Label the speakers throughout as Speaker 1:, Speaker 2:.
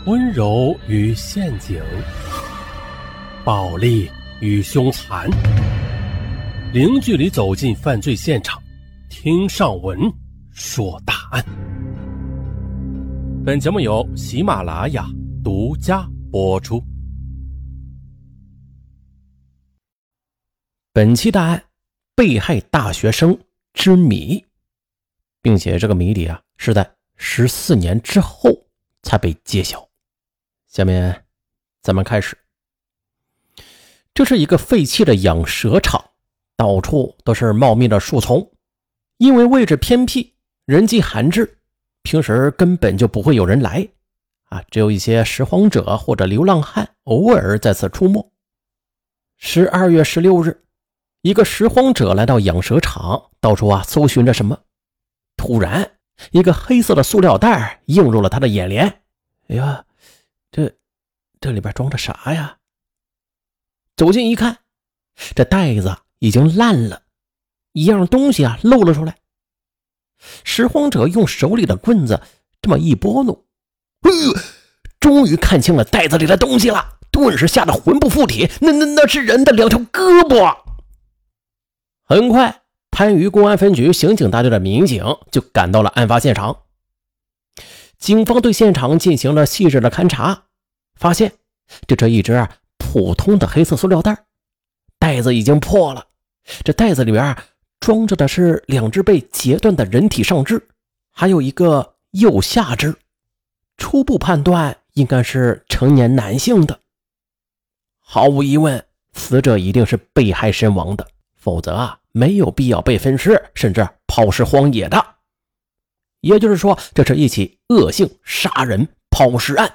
Speaker 1: 温柔与陷阱，暴力与凶残，零距离走进犯罪现场，听上文说大案。本节目由喜马拉雅独家播出。本期大案，被害大学生之谜，并且这个谜底是在14年之后才被揭晓。下面咱们开始。这是一个废弃的养蛇场，到处都是茂密的树丛，因为位置偏僻，人迹罕至，平时根本就不会有人来只有一些拾荒者或者流浪汉偶尔在此出没。12月16日，一个拾荒者来到养蛇场，到处搜寻着什么。突然，一个黑色的塑料袋映入了他的眼帘。哎呀，这里边装着啥呀？走近一看，这袋子已经烂了，一样东西露了出来。拾荒者用手里的棍子这么一拨弄，终于看清了袋子里的东西了，顿时吓得魂不附体，那是人的2条胳膊。很快，番禺公安分局刑警大队的民警就赶到了案发现场。警方对现场进行了细致的勘查，发现这一只普通的黑色塑料袋，袋子已经破了，这袋子里边装着的是2只被截断的人体上肢，还有一个右下肢，初步判断应该是成年男性的。毫无疑问，死者一定是被害身亡的，否则没有必要被分尸甚至抛尸荒野的。也就是说，这是一起恶性杀人抛尸案。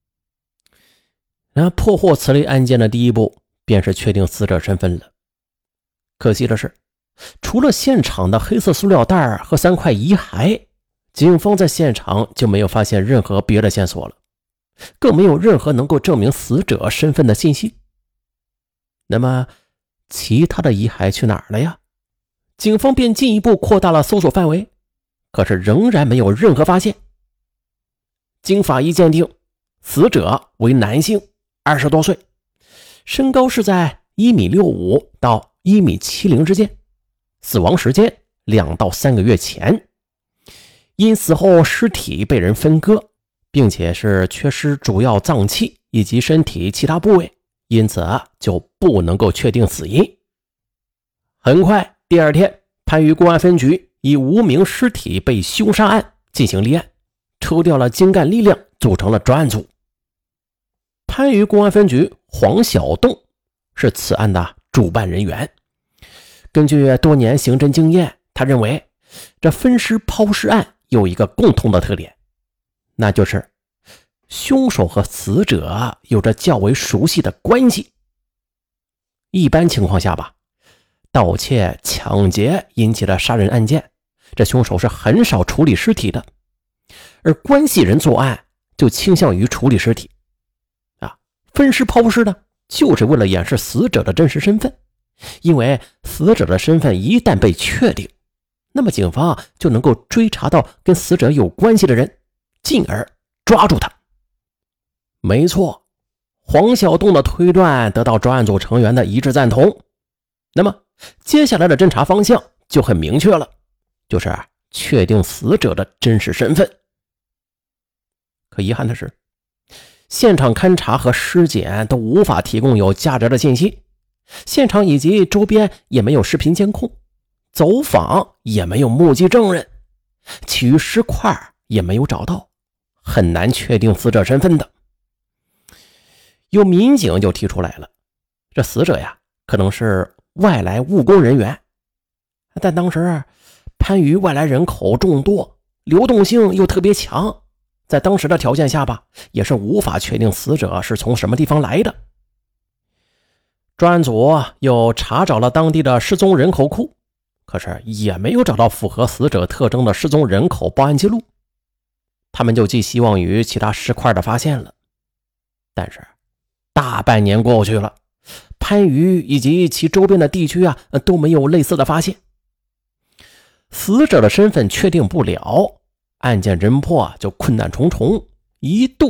Speaker 1: 破获此类案件的第一步便是确定死者身份了。可惜的是，除了现场的黑色塑料袋和3块遗骸，警方在现场就没有发现任何别的线索了，更没有任何能够证明死者身份的信息。那么其他的遗骸去哪儿了呀？警方便进一步扩大了搜索范围，可是仍然没有任何发现。经法医鉴定，死者为男性，20多岁，身高是在1.65米到1.70米之间，死亡时间2到3个月前。因死后尸体被人分割，并且是缺失主要脏器以及身体其他部位，因此就不能够确定死因。很快，第二天，番禺公安分局以无名尸体被凶杀案进行立案，抽调了精干力量，组成了专案组。番禺公安分局黄小栋是此案的主办人员。根据多年刑侦经验，他认为这分尸抛尸案有一个共同的特点，那就是凶手和死者有着较为熟悉的关系。一般情况下盗窃、抢劫引起的杀人案件，这凶手是很少处理尸体的，而关系人作案就倾向于处理尸体。分尸抛尸呢，就是为了掩饰死者的真实身份，因为死者的身份一旦被确定，那么警方就能够追查到跟死者有关系的人，进而抓住他。没错，黄小栋的推断得到专案组成员的一致赞同。那么接下来的侦查方向就很明确了，就是确定死者的真实身份。可遗憾的是，现场勘查和尸检都无法提供有价值的信息，现场以及周边也没有视频监控，走访也没有目击证人，其余尸块也没有找到，很难确定死者身份的。有民警就提出来了，这死者可能是外来务工人员，但当时番禺外来人口众多，流动性又特别强，在当时的条件下也是无法确定死者是从什么地方来的。专案组又查找了当地的失踪人口库，可是也没有找到符合死者特征的失踪人口报案记录。他们就寄希望于其他尸块的发现了。但是大半年过去了，番禺以及其周边的地区都没有类似的发现。死者的身份确定不了，案件侦破就困难重重，一度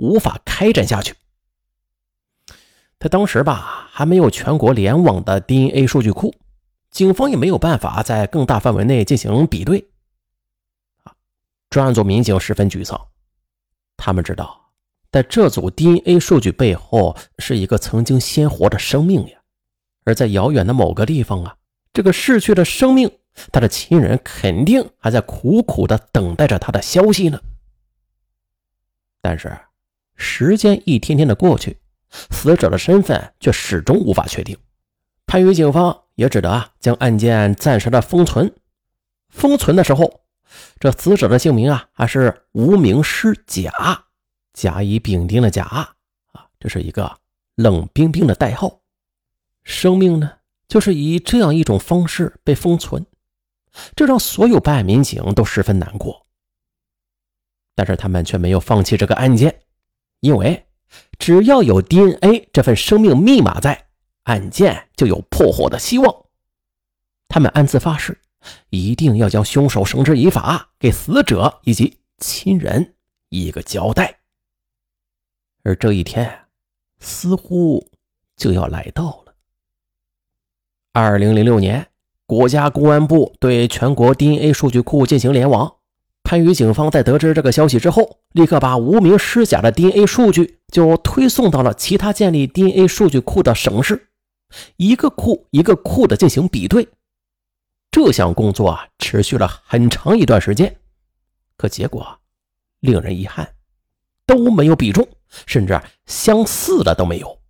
Speaker 1: 无法开展下去。他当时吧，还没有全国联网的 DNA 数据库，警方也没有办法在更大范围内进行比对。专案组民警十分沮丧，他们知道在这组 DNA 数据背后是一个曾经鲜活的生命呀，而在遥远的某个地方啊，这个逝去的生命，他的亲人肯定还在苦苦地等待着他的消息呢。但是时间一天天的过去，死者的身份却始终无法确定。番禺警方也只得将案件暂时的封存。封存的时候，这死者的姓名啊，还是无名尸甲，甲乙丙丁的甲啊，这是一个冷冰冰的代号。生命呢，就是以这样一种方式被封存，这让所有办案民警都十分难过。但是他们却没有放弃这个案件，因为只要有 DNA 这份生命密码在，案件就有破获的希望。他们暗自发誓，一定要将凶手绳之以法，给死者以及亲人一个交代。而这一天似乎就要来到了。2006年，国家公安部对全国 DNA 数据库进行联网。番禺警方在得知这个消息之后，立刻把无名尸甲的 DNA 数据就推送到了其他建立 DNA 数据库的省市，一个库一个库的进行比对。这项工作持续了很长一段时间，可结果令人遗憾，都没有比中，甚至相似的都没有。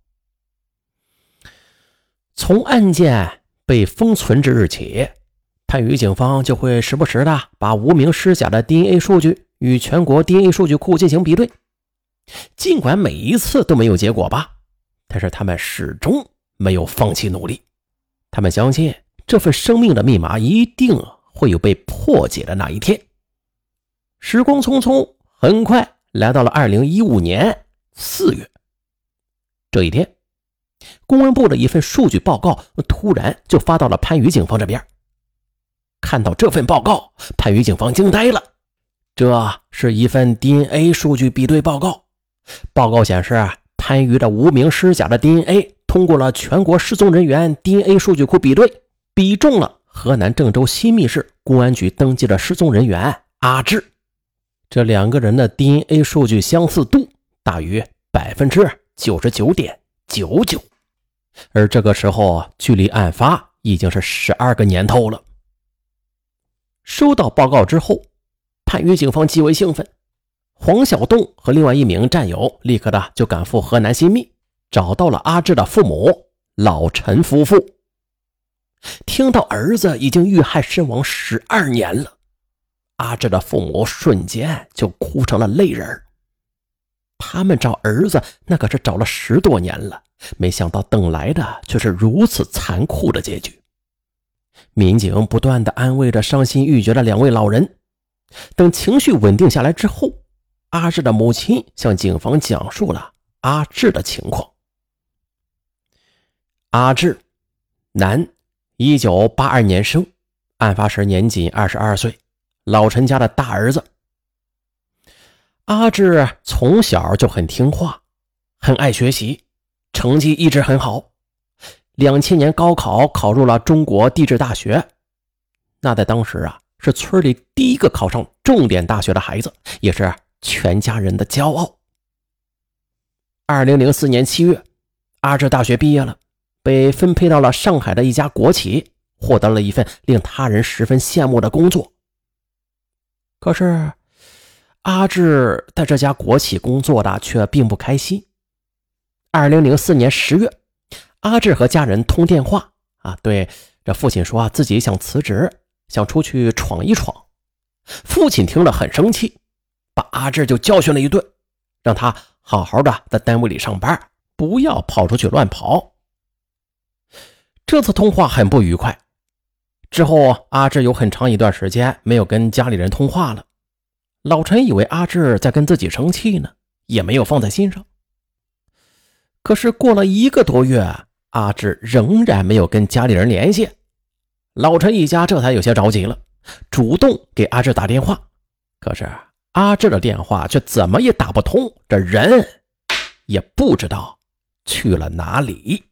Speaker 1: 从案件被封存之日起，番禺警方就会时不时的把无名尸甲的 DNA 数据与全国 DNA 数据库进行比对。尽管每一次都没有结果吧，但是他们始终没有放弃努力。他们相信这份生命的密码一定会有被破解的那一天。时光匆匆，很快来到了2015年4月。这一天，公安部的一份数据报告突然就发到了番禺警方这边。看到这份报告，番禺警方惊呆了。这是一份 DNA 数据比对报告。报告显示，番禺的无名尸甲的 DNA 通过了全国失踪人员 DNA 数据库比对，比中了河南郑州新密市公安局登记的失踪人员阿志。这两个人的 DNA 数据相似度大于 99.99%， 而这个时候距离案发已经是12个年头了。收到报告之后，番禺警方极为兴奋，黄小栋和另外一名战友立刻的就赶赴河南新密，找到了阿志的父母老陈夫妇。听到儿子已经遇害身亡12年了，阿志的父母瞬间就哭成了泪人。他们找儿子那可是找了10多年了，没想到等来的却是如此残酷的结局。民警不断地安慰着伤心欲绝的两位老人。等情绪稳定下来之后，阿志的母亲向警方讲述了阿志的情况。阿志，男，1982年生，案发时年仅22岁，老陈家的大儿子。阿志从小就很听话，很爱学习，成绩一直很好。2000年高考考入了中国地质大学，那在当时是村里第一个考上重点大学的孩子，也是全家人的骄傲。2004年7月，阿志大学毕业了，被分配到了上海的一家国企，获得了一份令他人十分羡慕的工作。可是阿志在这家国企工作的却并不开心。2004年10月，阿志和家人通电话对这父亲说自己想辞职，想出去闯一闯。父亲听了很生气，把阿志就教训了一顿，让他好好的在单位里上班，不要跑出去乱跑。这次通话很不愉快，之后阿志有很长一段时间没有跟家里人通话了。老陈以为阿志在跟自己生气呢，也没有放在心上。可是过了1个多月，阿志仍然没有跟家里人联系。老陈一家这才有些着急了，主动给阿志打电话。可是阿志的电话却怎么也打不通，这人也不知道去了哪里。